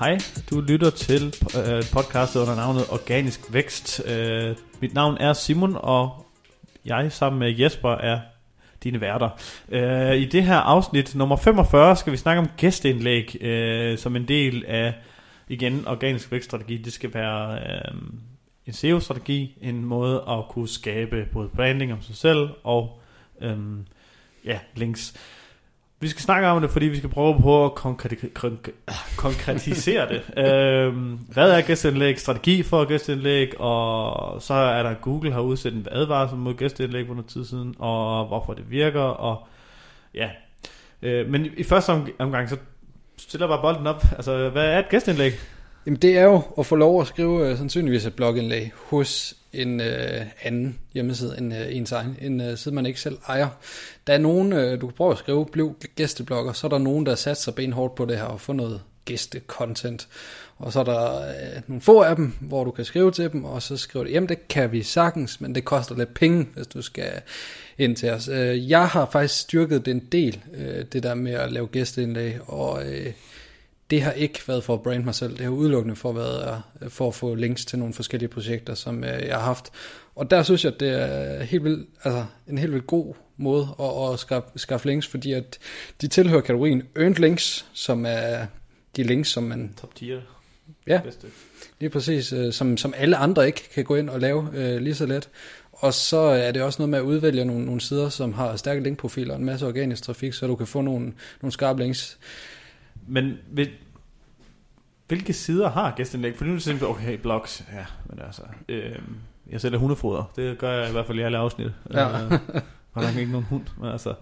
Hej, du lytter til podcastet under navnet Organisk Vækst. Mit navn er Simon, og jeg sammen med Jesper er dine værter. I det her afsnit nummer 45 skal vi snakke om gæsteindlæg som en del af, igen, Organisk Vækststrategi. Det skal være en SEO-strategi, en måde at kunne skabe både branding om sig selv og links. Vi skal snakke om det, fordi vi skal prøve på at konkretisere det. Hvad er gæsteindlæg? Strategi for gæsteindlæg? Og så er der Google har udsendt en advarsel mod gæsteindlæg for noget tid siden, og hvorfor det virker. Og ja, men i første omgang så stiller jeg bare bolden op. Altså, hvad er et gæsteindlæg? Jamen, det er jo at få lov at skrive sandsynligvis et blogindlæg hos en anden hjemmeside end ens egen, en side man ikke selv ejer. Der er nogen, du kan prøve at skrive, bliv gæsteblogger, så er der nogen, der satser benhårdt på det her og få noget gæstecontent. Og så er der nogle få af dem, hvor du kan skrive til dem, og så skriver det, jamen det kan vi sagtens, men det koster lidt penge, hvis du skal ind til os. Jeg har faktisk styrket det en del, det der med at lave gæsteindlæg, og det har ikke været for at brande mig selv, det har udelukkende for at få links til nogle forskellige projekter, som jeg har haft. Og der synes jeg, at det er en helt vildt god måde at skaffe links, fordi at de tilhører kategorien earned links, som er de links, som man... Top tier. Ja, lige præcis, som alle andre ikke kan gå ind og lave lige så let. Og så er det også noget med at udvælge nogle sider, som har stærke linkprofiler og en masse organisk trafik, så du kan få nogle skarpe links. Men hvilke sider har gæsteindlæg? For nu er det simpelthen, okay, blogs, ja, men altså, jeg sælger hundefoder, det gør jeg i hvert fald i alle afsnit. Ja. Har der ikke nogen hund, men altså,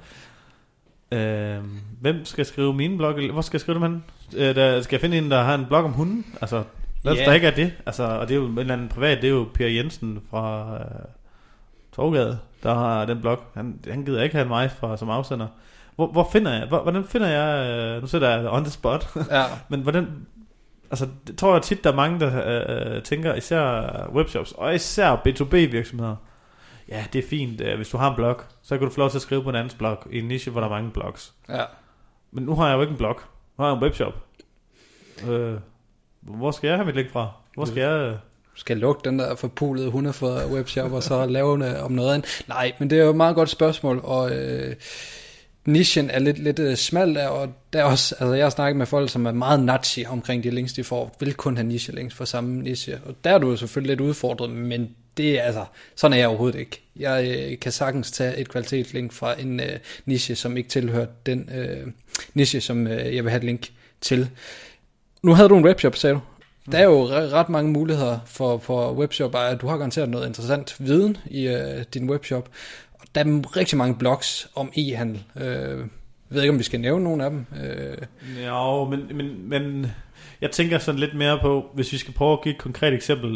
hvem skal skrive min blog? Hvor skal jeg skrive dem hen? Skal jeg finde en, der har en blog om hunden? Altså, der ikke er det, altså, og det er jo en eller anden privat, det er jo Per Jensen fra Torgade, der har den blog. Han gider ikke have mig som afsender. Hvor finder jeg? Hvordan finder jeg? Nu sætter jeg on the spot. Ja. Men hvordan? Altså, det tror jeg tit der er mange der tænker, især webshops og især B2B virksomheder. Ja, det er fint. Hvis du har en blog, så kan du få lov til at skrive på en andens blog i en niche, hvor der er mange blogs. Ja. Men nu har jeg jo ikke en blog. Nu har jeg en webshop. Hvor skal jeg have mit link fra? Hvor skal jeg? Skal lukke den der forpulede hundefoder webshop og så lave det om noget andet? Nej, men det er jo et meget godt spørgsmål, og nichen er lidt smal der, og der er også, altså jeg har snakket med folk, som er meget natchy omkring de links, de får, vil kun have niche-links for samme niche, og der er du jo selvfølgelig lidt udfordret, men det er altså, sådan er jeg overhovedet ikke. Jeg kan sagtens tage et kvalitetslink fra en niche, som ikke tilhører den niche, som jeg vil have et link til. Nu havde du en webshop, sagde du. Der er jo ret mange muligheder for webshop, du har garanteret noget interessant viden i din webshop. Der er rigtig mange blogs om e-handel. Jeg ved ikke, om vi skal nævne nogle af dem. Ja, men jeg tænker sådan lidt mere på, hvis vi skal prøve at give et konkret eksempel,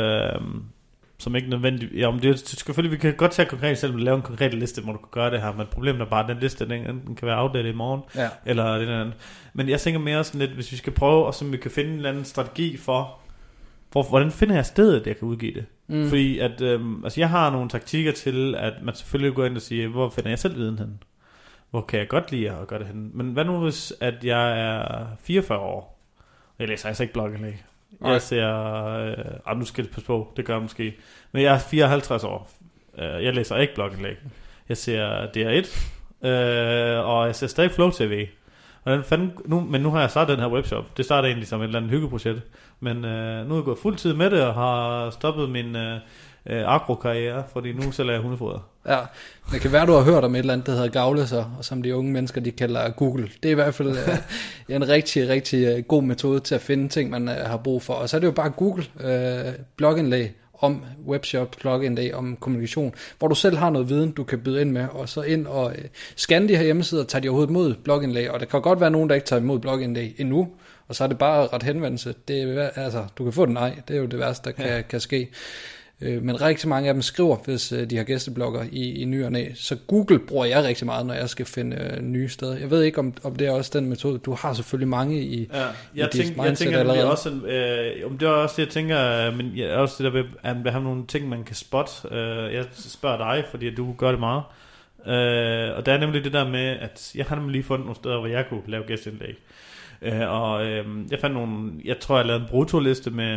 som ikke nødvendigt... Ja, om det selvfølgelig, vi kan godt tage et konkret eksempel og lave en konkret liste, hvor du kan gøre det her, men problemet er bare, at den liste, den kan være outdated i morgen, ja. Eller det andet. Men jeg tænker mere sådan lidt, hvis vi skal prøve, og så vi kan finde en eller anden strategi for hvordan finder jeg stedet, jeg kan udgive det? Fordi at, jeg har nogle taktikker til, at man selvfølgelig går ind og siger, hvor finder jeg selv viden hen? Hvor kan jeg godt lide at gøre det hen? Men hvad nu hvis, at jeg er 44 år? Jeg læser altså ikke blogindlæg. Jeg ser... nu skal det passe på, det gør jeg måske. Men jeg er 54 år. Jeg læser ikke blogindlæg. Jeg ser DR1, og jeg ser stadig Flow TV. Men nu har jeg startet den her webshop. Det startede egentlig som et eller andet hyggeprojekt. Men nu er jeg gået fuldtid med det og har stoppet min agrokarriere, fordi nu sælger jeg hundefoder. Ja, det kan være, du har hørt om et eller andet, der hedder Gavleser, og som de unge mennesker, de kalder Google. Det er i hvert fald en rigtig, rigtig god metode til at finde ting, man har brug for. Og så er det jo bare Google blogindlæg om webshop, blogindlæg om kommunikation, hvor du selv har noget viden, du kan byde ind med, og så ind og scanne de her hjemmesider, tager de overhovedet mod blogindlæg, og der kan godt være nogen, der ikke tager imod blogindlæg endnu, og så er det bare ret henvendelse. Du kan få den nej, det er jo det værste, der kan ske. Men rigtig mange af dem skriver, hvis de har gæsteblogger i ny og næ. Så Google bruger jeg rigtig meget, når jeg skal finde nye steder. Jeg ved ikke, om det er også den metode. Du har selvfølgelig mange i jeg tænker, det er også om det er også det, jeg tænker, men også det der med at have nogle ting, man kan spotte. Jeg spørger dig, fordi du gør det meget. Og der er nemlig det der med, at jeg har nemlig lige fundet nogle steder, hvor jeg kunne lave gæsteindlæg. Jeg fandt jeg tror jeg lavede en bruttoliste med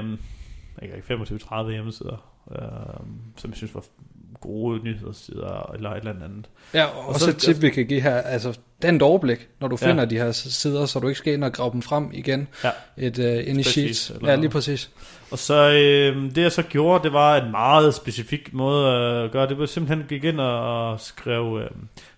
25-30 hjemmesider, som jeg synes var gode nyhedssider eller et eller andet. Ja, og så et tip vi kan give her, altså den overblik, når du finder de her sider, så du ikke skal ind og grave dem frem igen. Ja. Ind i sheets. Ja, lige præcis. Og så det jeg så gjorde, det var en meget specifik måde at gøre det. Jeg simpelthen gik ind og skrev site :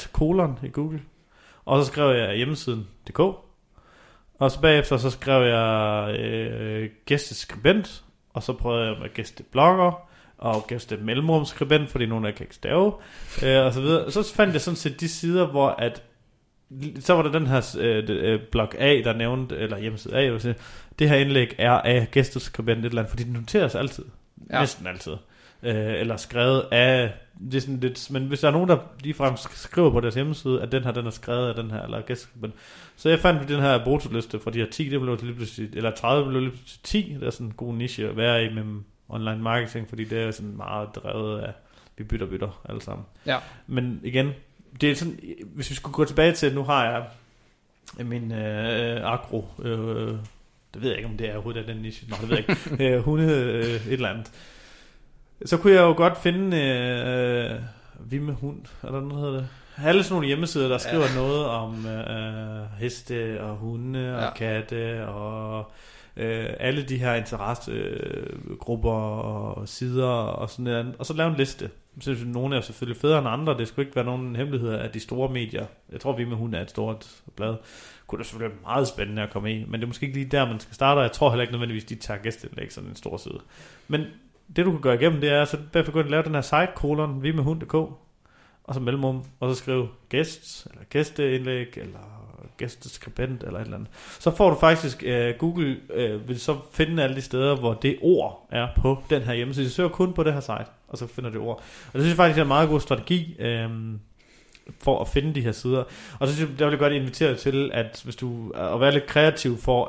i Google. Og så skrev jeg hjemmesiden.dk. Og så bagefter så skrev jeg gæsteskribent. Og så prøvede jeg med gæsteblogger og mellemrumsskribent, fordi nogen af jer kan ikke stave, og så videre. Så fandt jeg sådan set de sider, hvor at så var der den her blog A, der nævnte, eller hjemmeside A, sige, det her indlæg er af gæsteskribent et eller andet, fordi det noteres altid, næsten altid, eller skrevet af, det er sådan lidt, men hvis der er nogen, der ligefrem skriver på deres hjemmeside, at den er skrevet af den her, eller gæsteskribent, så jeg fandt den her brutoliste fra de her 10, det blev til lige pludselig, eller 30 blev lige pludselig 10, det er sådan en god niche at være i med online marketing, fordi det er sådan meget drevet af, vi bytter alle sammen. Ja. Men igen, det er sådan, hvis vi skulle gå tilbage til, nu har jeg min agro, det ved jeg ikke, om det er overhovedet den niche, det ved jeg ikke, hunde et eller andet. Så kunne jeg jo godt finde vi med hund, eller noget hedder det. Alle sådan nogle hjemmesider, der skriver noget om heste og hunde og katte og alle de her interessegrupper og sider og sådan noget. Og så lave en liste. Så nogle er selvfølgelig federe end andre. Det skulle ikke være nogen hemmeligheder af de store medier. Jeg tror, vi med hund er et stort blad. Kunne det selvfølgelig være meget spændende at komme i. Men det er måske ikke lige der, man skal starte. Og jeg tror heller ikke nødvendigvis, de tager gæsteindlæg sådan en stor side. Men det du kan gøre igennem, det er så derfor gå ind og lave den her site : vi med hund.dk, og så mellemrum, og så skrive gæst, eller gæsteindlæg, eller gæsteskribent, eller et eller andet. Så får du faktisk, Google vil så finde alle de steder, hvor det ord er på den her hjemmeside. Så søger kun på det her site, og så finder det ord. Og det synes jeg faktisk er en meget god strategi, for at finde de her sider. Og så synes jeg, der vil jeg godt invitere dig til, at hvis du at være lidt kreativ for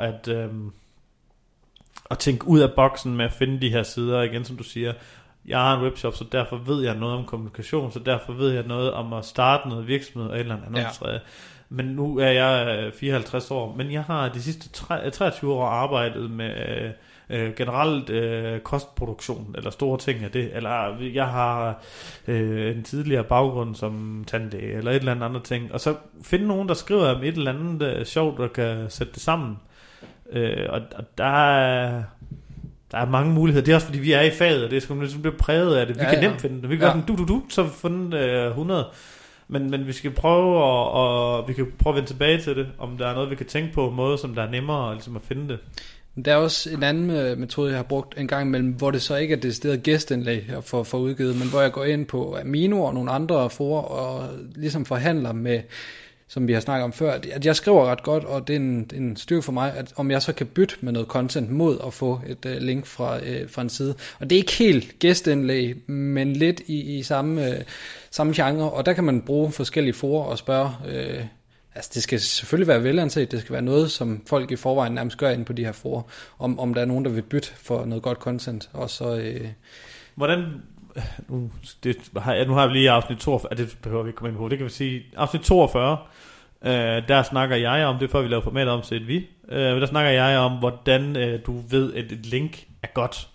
at tænke ud af boksen med at finde de her sider, igen som du siger, jeg har en webshop, så derfor ved jeg noget om kommunikation, så derfor ved jeg noget om at starte noget virksomhed og et eller andet. Ja. Men nu er jeg 54 år, men jeg har de sidste 23 år arbejdet med generelt kostproduktion, eller store ting af det, eller jeg har en tidligere baggrund som tandlæge, eller et eller andet andet ting, og så finde nogen, der skriver om et eller andet sjovt, der kan sætte det sammen. Og der er mange muligheder. Det er også fordi vi er i faget, og det er sgu ligesom blive præget af det. Vi kan nemt finde det. Vi kan gøre sådan så har vi fundet 100. Men vi skal prøve og vi kan prøve at vende tilbage til det, om der er noget vi kan tænke på, en måde som der er nemmere ligesom at finde det. Der er også en anden metode jeg har brugt en gang imellem, hvor det så ikke er decideret gæstindlæg for udgivet, men hvor jeg går ind på Amino og nogle andre forer og ligesom forhandler med, som vi har snakket om før, at jeg skriver ret godt, og det er en styrke for mig, at om jeg så kan bytte med noget content mod at få et link fra en side. Og det er ikke helt gæstindlæg, men lidt i samme genre, og der kan man bruge forskellige forer og spørge. Altså det skal selvfølgelig være velanset, det skal være noget, som folk i forvejen nærmest gør inde på de her forer, om der er nogen, der vil bytte for noget godt content. Og så hvordan... Nu har vi lige afsnit 42, det behøver vi ikke komme ind på, det kan vi sige, afsnit 42, der snakker jeg om, det før vi laver format om til et vi, der snakker jeg om, hvordan du ved, at et link er godt.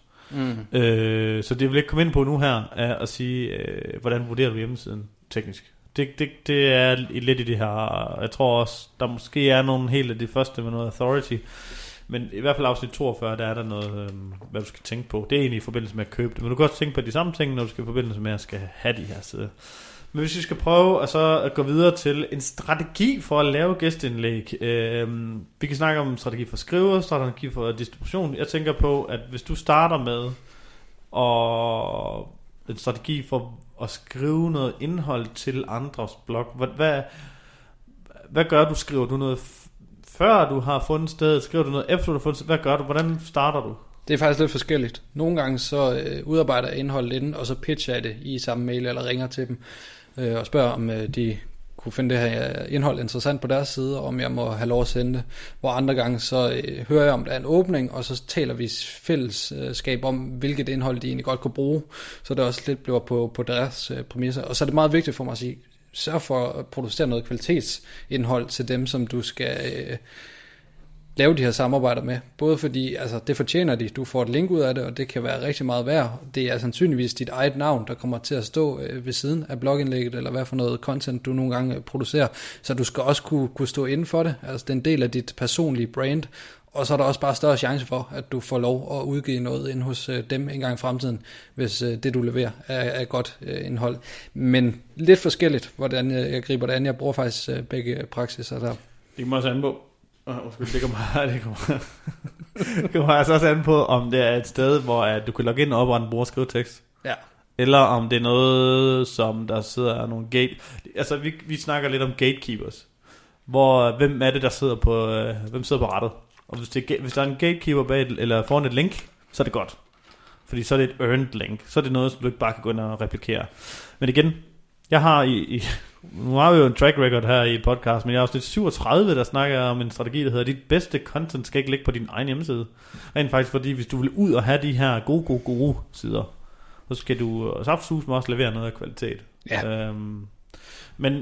Så det vil ikke komme ind på nu her, at sige, hvordan vurderer du hjemmesiden teknisk. Det er lidt i det her, jeg tror også, der måske er nogle helt af de første med noget authority, men i hvert fald afsnit 42, der er der noget, hvad du skal tænke på. Det er egentlig i forbindelse med at købe det, men du kan også tænke på de samme ting, når du skal i forbindelse med at skal have de her sider. Men hvis vi skal prøve at gå videre til en strategi for at lave gæsteindlæg. Vi kan snakke om strategi for skrive, strategi for distribution. Jeg tænker på, at hvis du starter med en strategi for at skrive noget indhold til andres blog, hvad gør du? Skriver du noget før du har fundet stedet? Skriver du noget efter du har fundet stedet? Hvad gør du? Hvordan starter du? Det er faktisk lidt forskelligt. Nogle gange så udarbejder jeg indholdet inden, og så pitcher jeg det i samme mail, eller ringer til dem og spørger, om de kunne finde det her indhold interessant på deres side, og om jeg må have lov at sende det. Hvor andre gange så hører jeg, om der er en åbning, og så taler vi fællesskab om, hvilket indhold de egentlig godt kunne bruge, så det også lidt bliver på deres præmisser. Og så er det meget vigtigt for mig at sige, sørg for at producere noget kvalitetsindhold til dem, som du skal lave de her samarbejder med. Både fordi, altså det fortjener de, du får et link ud af det, og det kan være rigtig meget værd. Det er sandsynligvis dit eget navn, der kommer til at stå ved siden af blogindlægget, eller hvad for noget content du nogle gange producerer. Så du skal også kunne stå inden for det. Altså det er en del af dit personlige brand. Og så er der også bare større chance for, at du får lov at udgive noget ind hos dem en gang i fremtiden, hvis det du leverer er godt indhold. Men lidt forskelligt, hvordan jeg griber det an. Jeg bruger faktisk begge praksiser der. Det kommer også an på. Det kommer altså også an på, om det er et sted, hvor du kan logge ind og oprette en bruger og skrive tekst. Ja. Eller om det er noget, som der sidder nogle Altså vi snakker lidt om gatekeepers. Hvem er det, der sidder på, hvem sidder på rettet? Og hvis der er en gatekeeper bag eller foran et link, så er det godt. Fordi så er det et earned link. Så er det noget, som du ikke bare kan gå ind og replikere. Men igen, jeg har nu har vi jo en track record her i podcast, men jeg har også lidt 37, der snakker om en strategi, der hedder, dit bedste content skal ikke ligge på din egen hjemmeside. Rent faktisk, fordi hvis du vil ud og have de her gode sider, så skal du saftsus også levere noget af kvalitet. Ja. Men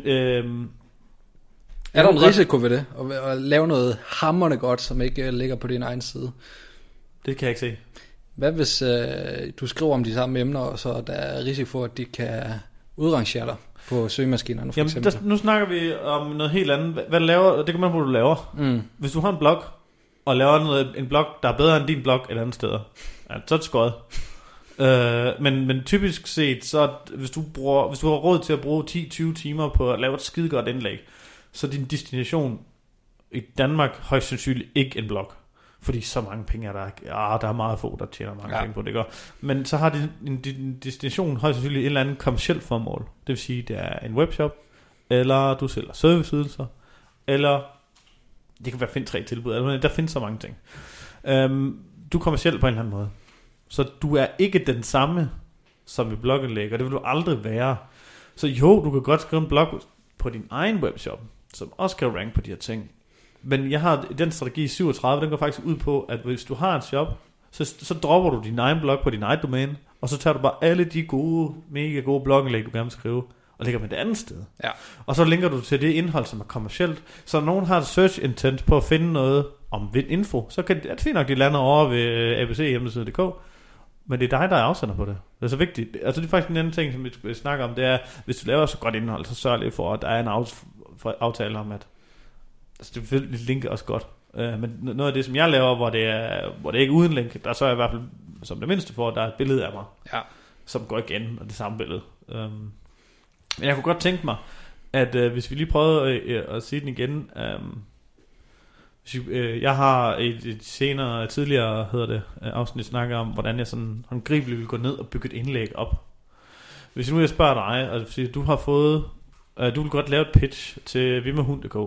er der en risiko ved det? At lave noget hamrende godt, som ikke ligger på din egen side? Det kan jeg ikke se. Hvad hvis du skriver om de samme emner, og så der er risiko for, at de kan udrangere dig på søgemaskinerne for eksempel? Nu snakker vi om noget helt andet. Hvad laver, det kan man på, du laver. Hvis du har en blog, og laver en blog, der er bedre end din blog et andet sted, ja, så er det skøjet. Men typisk set, så hvis du har råd til at bruge 10-20 timer på at lave et skidegodt indlæg, så din destination i Danmark højst sandsynligt ikke en blog. Fordi så mange penge er der ikke. Der er meget få, der tjener mange penge på det. Men så har din destination højst sandsynligt en eller anden kommerciel formål. Det vil sige, det er en webshop, eller du sælger serviceydelser, eller det kan være finde 3 tilbud. Eller der findes så mange ting. Du er kommerciel på en eller anden måde. Så du er ikke den samme som i blogindlæg, og det vil du aldrig være. Så jo, du kan godt skrive en blog på din egen webshop, som også kan ranke på de her ting. Men jeg har den strategi 37, den går faktisk ud på, at hvis du har en shop, så dropper du din egen blog på din egen domæne, og så tager du bare alle de mega gode blogindlæg, du gerne vil skrive, og lægger dem et andet sted. Ja. Og så linker du til det indhold, som er kommercielt. Så når nogen har et search intent på at finde noget om info, så kan det fint nok, de lander over ved abc-hjemmeside.dk, men det er dig, der er afsender på det. Det er så vigtigt. Altså det er faktisk en anden ting, som vi snakker om, det er, hvis du laver så godt indhold, så sørg lige for, at der er en aftale om, at altså det vil linke også godt. Men noget af det, som jeg laver, hvor det er ikke uden link, der så er i hvert fald som det mindste for, at der er et billede af mig, som går igen, og det samme billede. Men jeg kunne godt tænke mig, at hvis vi lige prøvede at sige den igen, jeg har et tidligere afsnit snakker om, hvordan jeg sådan håndgribeligt vil gå ned og bygge et indlæg op. Hvis nu jeg spørger dig, og du har fået, du vil godt lave et pitch til vimmerhund.dk.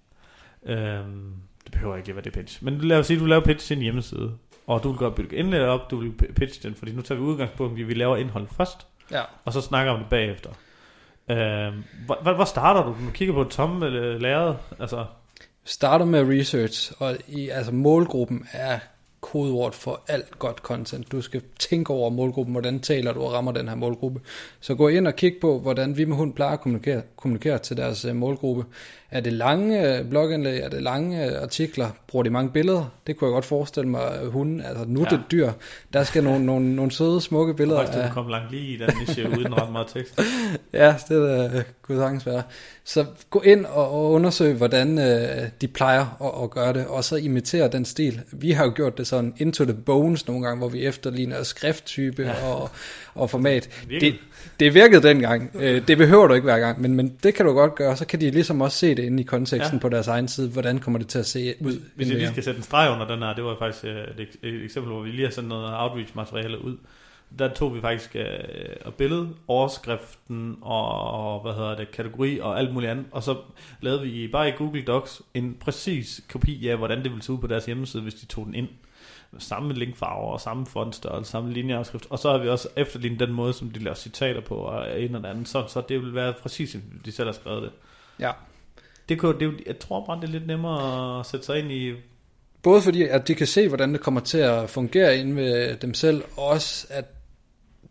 Det behøver ikke være det pitch, men lad os sige, du laver pitch til en hjemmeside, og du vil godt bygge indlæg op, du vil pitche den, fordi nu tager vi udgangspunkt i, at vi laver indhold først, og så snakker om det bagefter. Hvor starter du? Du kigger på et tomme lærred, altså starter med research, og målgruppen er kodeord for alt godt content. Du skal tænke over målgruppen, hvordan taler du og rammer den her målgruppe. Så gå ind og kig på, hvordan vi med hund plejer at kommunikere til deres målgruppe. Er det lange blogindlæg? Er det lange artikler? Bruger de mange billeder? Det kunne jeg godt forestille mig. Hunden, altså nu er det dyr. Der skal nogle søde, smukke billeder. Og du kom langt lige i den niche uden ret meget tekst. Ja, det kunne sagtens være. Så gå ind og undersøg, hvordan de plejer at gøre det, og så imitere den stil. Vi har jo gjort det sådan into the bones nogle gange, hvor vi efterligner skrifttype og format. Det virkede dengang. Det behøver du ikke hver gang, men det kan du godt gøre. Så kan de ligesom også se det inde i konteksten på deres egen side. Hvordan kommer det til at se ud? Hvis jeg lige skal sætte en streg under den her, det var faktisk et eksempel, hvor vi lige har sendt noget outreach-materiale ud. Der tog vi faktisk et billede, overskriften og kategori og alt muligt andet, og så lavede vi bare i Google Docs en præcis kopi af, hvordan det ville se ud på deres hjemmeside, hvis de tog den ind. Samme linkfarver og samme fontstørrelse, samme linjeafskrift, og så har vi også efterlignet den måde, som de laver citater på og en eller anden, så det vil være præcis, som de selv har skrevet det. Ja. Jeg tror bare, det er lidt nemmere at sætte sig ind i. Både fordi, at de kan se, hvordan det kommer til at fungere inde ved dem selv, og også at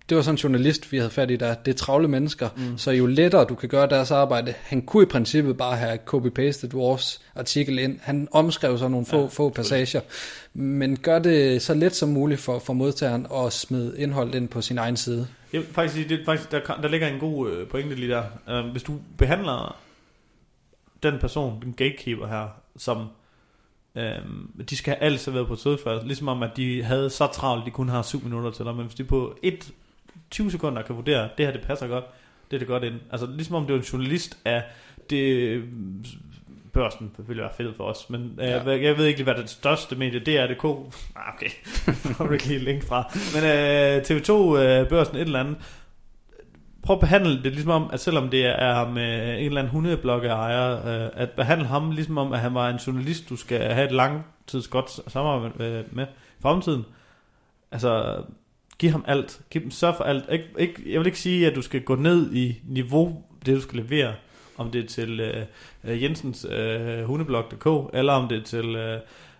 det var sådan en journalist, vi havde fat i der. Det er travle mennesker, så jo lettere du kan gøre deres arbejde. Han kunne i princippet bare have copy-pastet vores artikel ind. Han omskrev så nogle få passager, men gør det så let som muligt for modtageren at smide indhold ind på sin egen side. Jeg vil faktisk sige, der ligger en god pointe lige der. Hvis du behandler den person, den gatekeeper her, som de skal have alt serveret på sødfærd, ligesom om at de havde så travlt, de kun har 7 minutter til dig, men hvis de på 20 sekunder kan vurdere, det her det passer godt, det godt ind. Altså ligesom om det var en journalist af det, Børsen vil være fedt for os, men jeg ved ikke hvad det største medie, det er DK. Okay, får du ikke lige link fra. Men TV2 Børsen et eller andet. Prøv at behandle det ligesom om, at selvom det er med en eller anden hundeblogger-ejer, at behandle ham ligesom om, at han var en journalist, du skal have et langtids godt samarbejde med i fremtiden. Altså, giv ham alt. Sørg for alt. Jeg vil ikke sige, at du skal gå ned i niveau, det du skal levere, om det er til Jensens hundeblog.dk, eller om det er til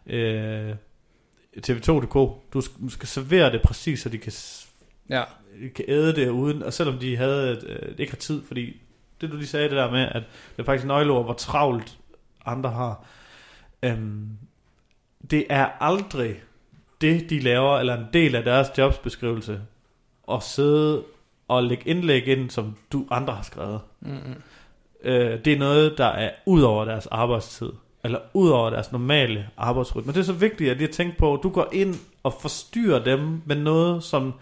TV2.dk. Du skal servere det præcis, så de kan æde det uden, og selvom de ikke har tid, fordi det du lige sagde det der med, at det er faktisk nøgleord, hvor travlt andre har. Det er aldrig det, de laver, eller en del af deres jobsbeskrivelse, at sidde og lægge indlæg ind, som du andre har skrevet. Det er noget, der er ud over deres arbejdstid, eller ud over deres normale arbejdsrytme. Men det er så vigtigt, at de har tænkt på, at du går ind og forstyrrer dem med noget, som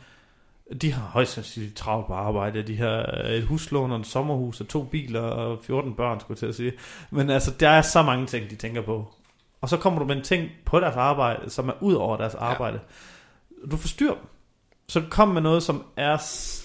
de har højst sandsynligt travlt på arbejde. De har et huslån og et sommerhus og 2 biler og 14 børn, skulle jeg til at sige. Men altså, der er så mange ting, de tænker på. Og så kommer du med en ting på deres arbejde, som er ud over deres arbejde. Du forstyrrer dem. Så kom med noget, som er...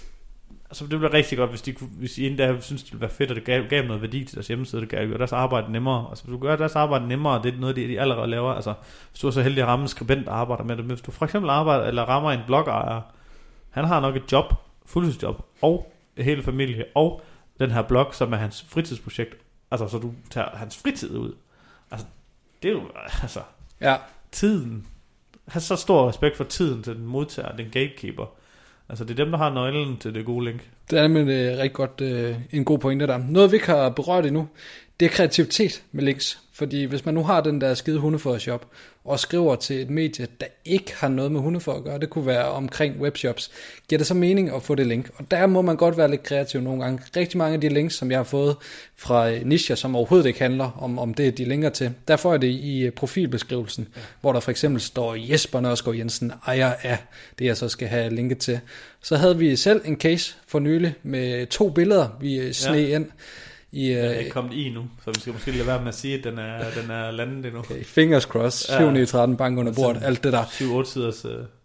Altså, det bliver rigtig godt, hvis de en dag synes, det ville være fedt, og det gav noget værdi til deres hjemmeside, det gør deres arbejde nemmere. Altså, hvis du gør deres arbejde nemmere, det er noget, de allerede laver. Altså, hvis du er så heldig at ramme en skribent, der arbejder med det. Men hvis du for eksempel arbejder, eller rammer en bloggejer, han har nok et job, fuldtidsjob, og hele familie, og den her blog, som er hans fritidsprojekt. Altså, så du tager hans fritid ud. Altså, det er jo, altså... Ja. Tiden. Har så stor respekt for tiden til den modtager, den gatekeeper. Altså, det er dem, der har nøglen til det gode link. Det er nemlig rigtig godt en god pointe der. Noget, vi ikke har berørt endnu, det er kreativitet med links. Fordi hvis man nu har den der skide hundefodershop, og skriver til et medie, der ikke har noget med hundefoder at gøre, det kunne være omkring webshops, giver det så mening at få det link? Og der må man godt være lidt kreativ nogle gange. Rigtig mange af de links, som jeg har fået fra nicher, som overhovedet ikke handler om det, de linker til, der får jeg det i profilbeskrivelsen, hvor der for eksempel står Jesper Nørskov Jensen, ejer af det, jeg så skal have linket til. Så havde vi selv en case for nylig med 2 billeder, vi sneg ind. Den er ikke kommet i nu, så vi skal måske lade være med at sige, at den er landet endnu. Okay, fingers crossed, 7-13 bank under bordet, alt det der. 7-8 siders...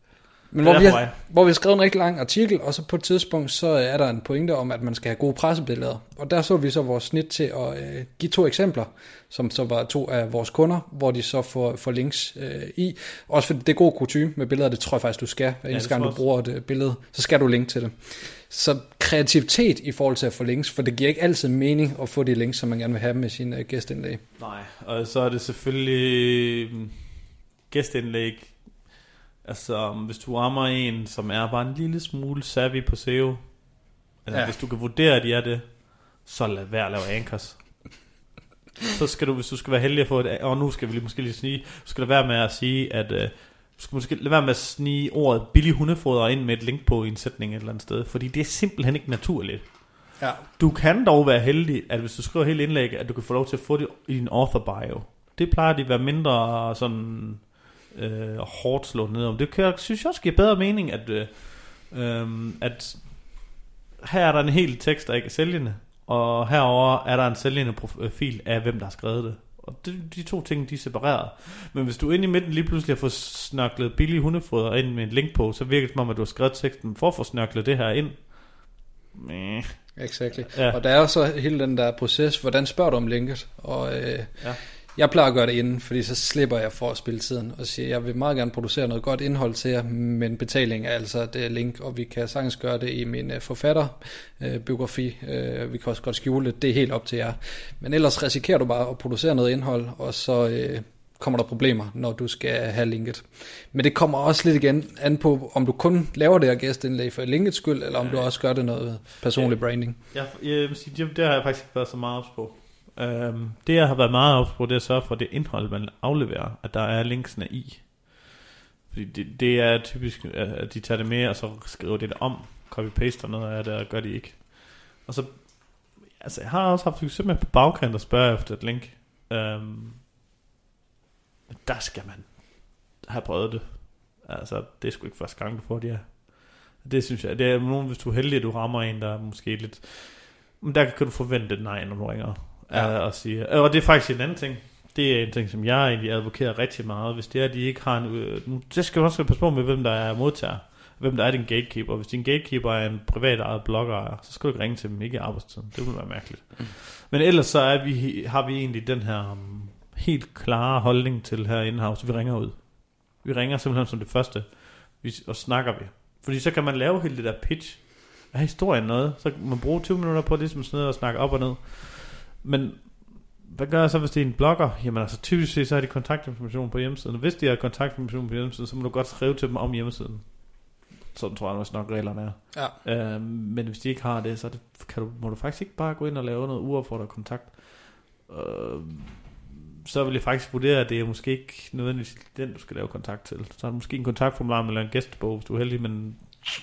Men hvor vi har skrevet en rigtig lang artikel, og så på et tidspunkt, så er der en pointe om, at man skal have gode pressebilleder. Og der så vi så vores snit til at give 2 eksempler, som så var 2 af vores kunder, hvor de så får links i. Også for det er god kutyme med billeder, det tror jeg faktisk, du skal. Hver eneste gang du bruger et billede, så skal du linke til det. Så kreativitet i forhold til at få links, for det giver ikke altid mening at få de links, som man gerne vil have med sin gæstindlæg. Nej, og så er det selvfølgelig gæstindlæg. Altså, hvis du rammer en, som er bare en lille smule savvy på SEO, eller hvis du kan vurdere, at de er det, så lad være at lave anchors. Så skal du, hvis du skal være heldig at få et... Og nu skal vi måske lige snige. Du skal lade være med at sige, at... Du skal måske lade være med at snige ordet billig hundefoder ind med et link på i en sætning et eller andet sted. Fordi det er simpelthen ikke naturligt. Ja. Du kan dog være heldig, at hvis du skriver hele indlægget, at du kan få lov til at få det i din author bio. Det plejer de at være mindre sådan... hårdt slået ned om. Det synes jeg også giver bedre mening, at her er der en hel tekst, der ikke er sælgende, og herover er der en sælgende profil af, hvem der har skrevet det. Og de 2 ting, de er separeret. Men hvis du inde i midten lige pludselig har fået snørklet billige hundefoder ind med en link på, så virker det som om, at du har skrevet teksten for at få snørklet det her ind. Exactly. Ja. Og der er jo så hele den der proces, hvordan spørger du om linket? Og jeg plejer at gøre det inden, fordi så slipper jeg for at spille tiden og siger, jeg vil meget gerne producere noget godt indhold til jer, men betaling er altså det link, og vi kan sagtens gøre det i min forfatterbiografi. Vi kan også godt skjule det, det er helt op til jer. Men ellers risikerer du bare at producere noget indhold, og så kommer der problemer, når du skal have linket. Men det kommer også lidt igen an på, om du kun laver det her gæstindlæg for linkets skyld, eller om du også gør det noget personlig branding. Jeg vil sige, det har jeg faktisk ikke været så meget ops på. Det jeg har været meget ops på, det er at sørge for det indhold, man afleverer, at der er linksene i. Fordi det er typisk, at de tager det med, og så skriver det om, copy-paster noget af det, og gør de ikke. Og så, altså jeg har også haft succes med på bagkant at spørge efter et link. Der skal man have prøvet det. Altså, det er sgu ikke første gang, du får det her. Det synes jeg, det er nogen, hvis du er heldig, at du rammer en, der er måske lidt... Men der kan du forvente et nej, når du ringer. Og siger. Og det er faktisk en anden ting. Det er en ting, som jeg egentlig advokerer rigtig meget. Hvis det er, at de ikke har en... Det skal du også passe på med, hvem der er modtager. Hvem der er din gatekeeper. Hvis din gatekeeper er en privat ejet blogger, så skal du ikke ringe til dem, ikke i arbejdstiden. Det ville være mærkeligt. Men ellers så har vi egentlig den her helt klare holdning til her in-house. Vi ringer ud. Vi ringer simpelthen som det første. Og snakker vi. Fordi så kan man lave hele det der pitch. Er historien noget? Så kan man bruge 20 minutter på det, som sådan noget, og snakke op og ned. Men hvad gør jeg så, hvis det er en blogger? Jamen altså typisk så har de kontaktinformation på hjemmesiden. Og hvis de har kontaktinformation på hjemmesiden, så må du godt skrive til dem om hjemmesiden. Sådan tror jeg også nok reglerne er. Ja. Men hvis de ikke har det, så må du faktisk ikke bare gå ind og lave noget uopfordret kontakt. Så vil jeg faktisk vurdere, at det er måske ikke nødvendigvis den, du skal lave kontakt til. Så er det måske en kontaktformular eller en gæstebog, hvis du er heldig, men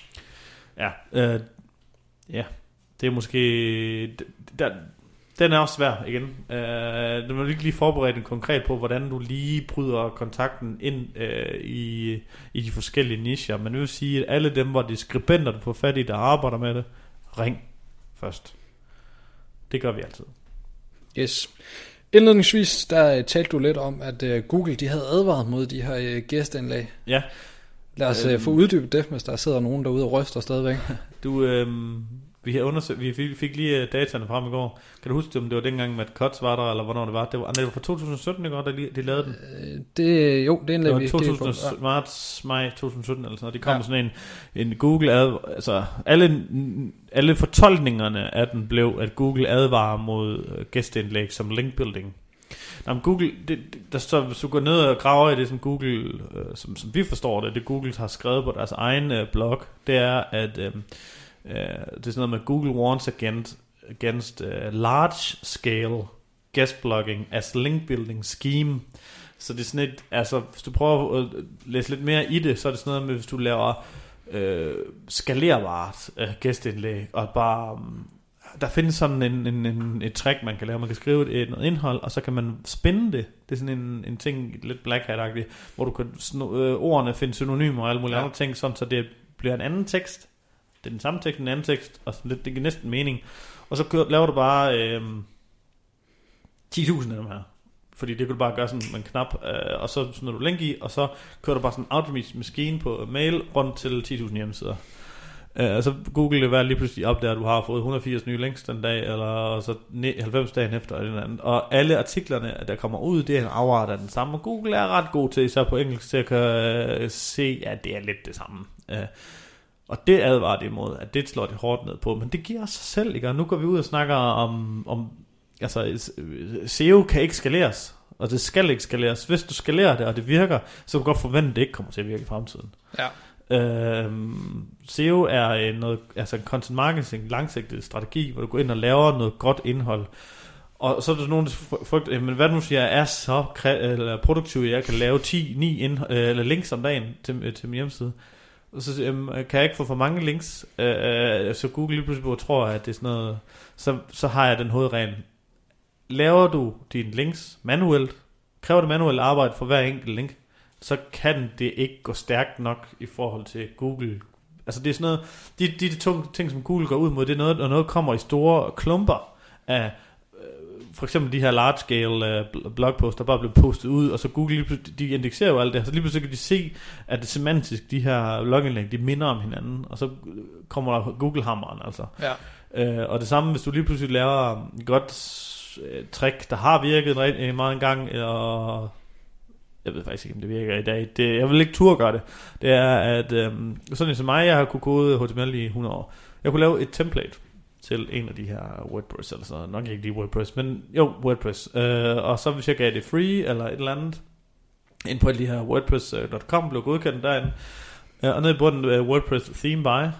det er måske... Den er også svær igen. Du må ikke lige forberede den konkret på, hvordan du lige bryder kontakten ind i de forskellige nicher. Men jeg vil sige, at alle dem, hvor det er skribenter, du får fat i, der arbejder med det, ring først. Det gør vi altid. Yes. Indledningsvis, der talte du lidt om, at Google de havde advaret mod de her gæstindlæg. Ja. Lad os få uddybet det, hvis der sidder nogen derude og ryster stadigvæk. Vi fik lige dataene frem i går. Kan du huske, om det var dengang med Cuts var der, eller hvornår det var? Det var fra 2017, ikke godt, de lavede den? Det er en det var marts, maj 2017 eller sådan noget. De kom med sådan en Google altså alle fortolkningerne af den blev, at Google advarer mod gæsteindlæg som linkbuilding. Google, der står, hvis du går ned og graver i det, som Google, som vi forstår det Google har skrevet på deres egen blog, det er, at det er sådan noget med Google warns against large scale guest blogging as link building scheme. Så det er sådan et, altså hvis du prøver at læse lidt mere i det, så er det sådan noget med, hvis du laver skalerbart gæstindlæg, og bare der findes sådan et trick, man kan lave. Man kan skrive noget indhold, og så kan man spænde det. Det er sådan en ting, lidt Black Hat-agtigt, hvor du kan ordene finde synonymer og alle mulige andre ting, sådan, så det bliver en anden tekst. Det er den samme tekst, en anden tekst, og sådan lidt, det giver næsten mening. Og så laver du bare 10.000 af dem her. Fordi det kan du bare gøre sådan med en knap, og så smider du link i, og så kører du bare sådan en automatisk maskine på mail rundt til 10.000 hjemmesider. Så Google vil være lige pludselig op der, at du har fået 180 nye links den dag, eller så 90 dagen efter, eller andet. Og alle artiklerne, der kommer ud, det er en afart af den samme. Og Google er ret god til, især på engelsk, til at kan se, at det er lidt det samme. Og det advarer det imod, at det slår det hårdt ned på. Men det giver sig selv, ikke? Og nu går vi ud og snakker om altså SEO kan ikke skaleres, og det skal ikke skaleres. Hvis du skalerer det, og det virker, så kan du godt forvente, at det ikke kommer til at virke i fremtiden. Ja. SEO er en content marketing langsigtet strategi, hvor du går ind og laver noget godt indhold. Og så er der nogen, der frygter, men hvad nu siger jeg er så produktiv, at jeg kan lave 9 eller links om dagen til min hjemmeside. Og så kan jeg ikke få for mange links, så Google lige pludselig tror, at det er sådan noget, så har jeg den hovedregel. Laver du dine links manuelt, kræver det manuelt arbejde for hver enkelt link, så kan det ikke gå stærkt nok i forhold til Google. Altså det er sådan noget, de ting, som Google går ud mod, det er noget, når noget kommer i store klumper af, for eksempel de her large scale blogposts, der bare bliver postet ud, og så Google, de indekserer jo alt det her, så lige pludselig kan de se, at det semantisk, de her logindlæg, de minder om hinanden, og så kommer der Google-hammeren, altså. Ja. Og det samme, hvis du lige pludselig laver et godt trick, der har virket rigtig meget engang, og jeg ved faktisk ikke, om det virker i dag. Jeg vil ikke turde gøre det. Det er, at sådan som mig, jeg har kunne kode HTML i 100 år. Jeg kunne lave et template til en af de her WordPress, eller sådan nok ikke lige WordPress, men jo, WordPress. Og så hvis jeg gav det free, eller et eller andet, ind på de her WordPress.com, blev godkendt derinde. Og nede i bunden WordPress theme by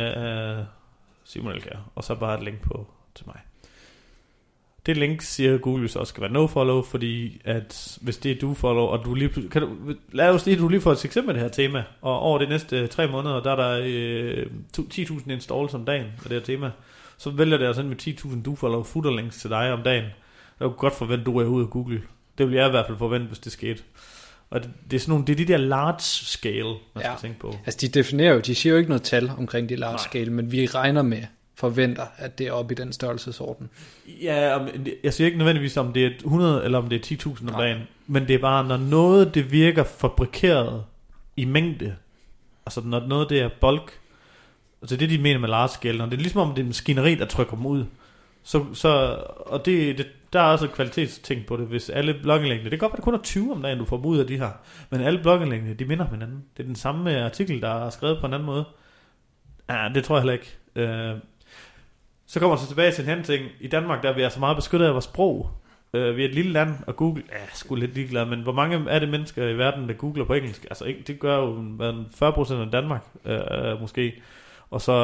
Simon Elkjær, og så bare et link til mig. Det link siger Google så også skal være nofollow, fordi at hvis det er dofollow, og du lige lad os lige, du lige får et succes med det her tema, og over de næste 3 måneder, der er der 10.000 installs om dagen med det her tema, så vælger det altså med 10.000 dofollow footerlinks til dig om dagen. Der er jo godt forvente, du er ude af Google. Det vil jeg i hvert fald forvente, hvis det skete. Og det er sådan nogle, det er de der large scale, man skal tænke på. Altså de definerer jo, de siger jo ikke noget tal omkring de large scale, men vi regner forventer, at det er oppe i den størrelsesorden. Ja, jeg siger ikke nødvendigvis, om det er 100 eller om det er 10.000 om dagen, men det er bare, når noget det virker fabrikeret i mængde, altså når noget det er bulk, altså det de mener med large scale, når det er ligesom om det er maskineri, der trykker dem ud, så og der er også et kvalitetsting på det, hvis alle blogindlæggene, det kan godt være, det kun er 20 om dagen, du får dem ud af de her, men alle blogindlæggene, de minder om hinanden. Det er den samme artikel, der er skrevet på en anden måde. Ja, det tror jeg heller ikke. Så kommer jeg så tilbage til en anden ting. I Danmark, der er vi altså meget beskyttet af vores sprog. Vi er et lille land, og Google er sgu lidt ligeglad, men hvor mange er det mennesker i verden, der googler på engelsk? Altså, ikke, det gør jo 40% af Danmark, måske. Og så,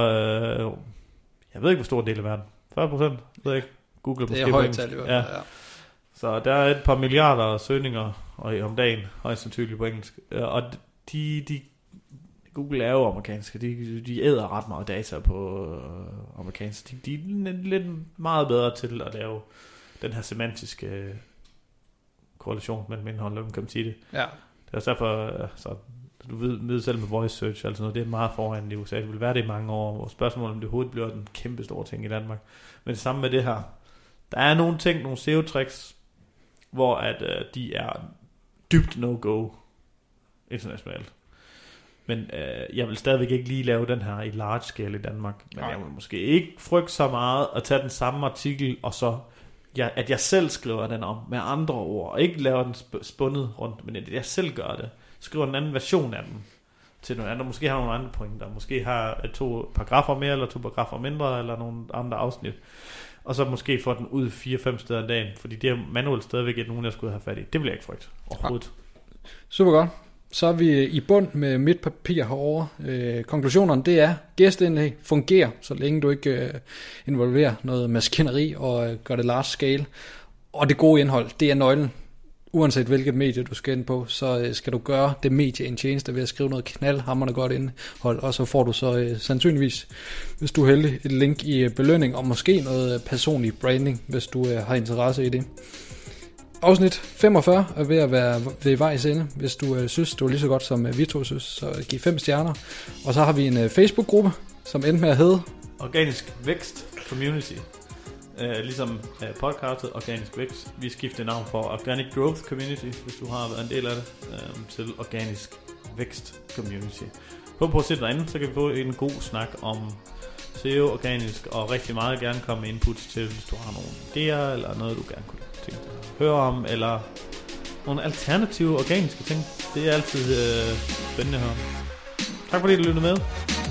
jeg ved ikke, hvor stor del af verden. 40%, ved jeg ikke. Google det er højt tal i hvert fald, ja. Så der er et par milliarder søgninger om dagen, højst sandsynligt på engelsk. Og Google er jo amerikanske. De æder ret meget data på amerikanske. De er lidt meget bedre til at lave den her semantiske korrelation mellem indhold, kan man sige det. Ja. Det er derfor, så du ved selv med voice search, altså noget, det er meget foran i USA. Det vil være det i mange år, og spørgsmålet om det overhovedet bliver den kæmpe store ting i Danmark. Men det samme med det her. Der er nogle ting, nogle SEO-tricks, hvor at de er dybt no-go internationalt. Men jeg vil stadigvæk ikke lige lave den her i large scale i Danmark. Men jeg vil måske ikke frygte så meget at tage den samme artikel, og så at jeg selv skriver den om med andre ord, og ikke laver den spundet rundt, men at jeg selv gør det. Skriver en anden version af den til nogle andre. Måske har nogle andre pointer. Måske har 2 paragrafer mere, eller 2 paragrafer mindre, eller nogle andre afsnit. Og så måske få den ud 4-5 steder om dagen, fordi det er manuelt stadigvæk nogen, jeg skulle have fat i. Det vil jeg ikke frygte overhovedet. Super godt. Så er vi i bund med mit papir herovre. Konklusionerne, det er, gæsteindlæg fungerer, så længe du ikke involverer noget maskineri og gør det large scale. Og det gode indhold, det er nøglen. Uanset hvilket medie du skal ind på, så skal du gøre det medie en tjeneste ved at skrive noget knaldhamrende godt indhold, og så får du så sandsynligvis, hvis du er heldig, et link i belønning, og måske noget personlig branding, hvis du har interesse i det. Afsnit 45 er ved at være ved vejs ende. Hvis du synes, det var lige så godt som vi to synes, så giv 5 stjerner. Og så har vi en Facebook-gruppe, som endte med at hedde Organisk Vækst Community. Ligesom podcastet Organisk Vækst. Vi skifter navn for Organic Growth Community, hvis du har været en del af det, til Organisk Vækst Community. Håber på at sætte dig ind, så kan vi få en god snak om SEO, organisk, og rigtig meget gerne komme med input til, hvis du har nogle idéer, eller noget, du gerne kunne tænke dig at høre om, eller nogle alternative organiske ting. Det er altid spændende at høre. Tak fordi du lyttede med.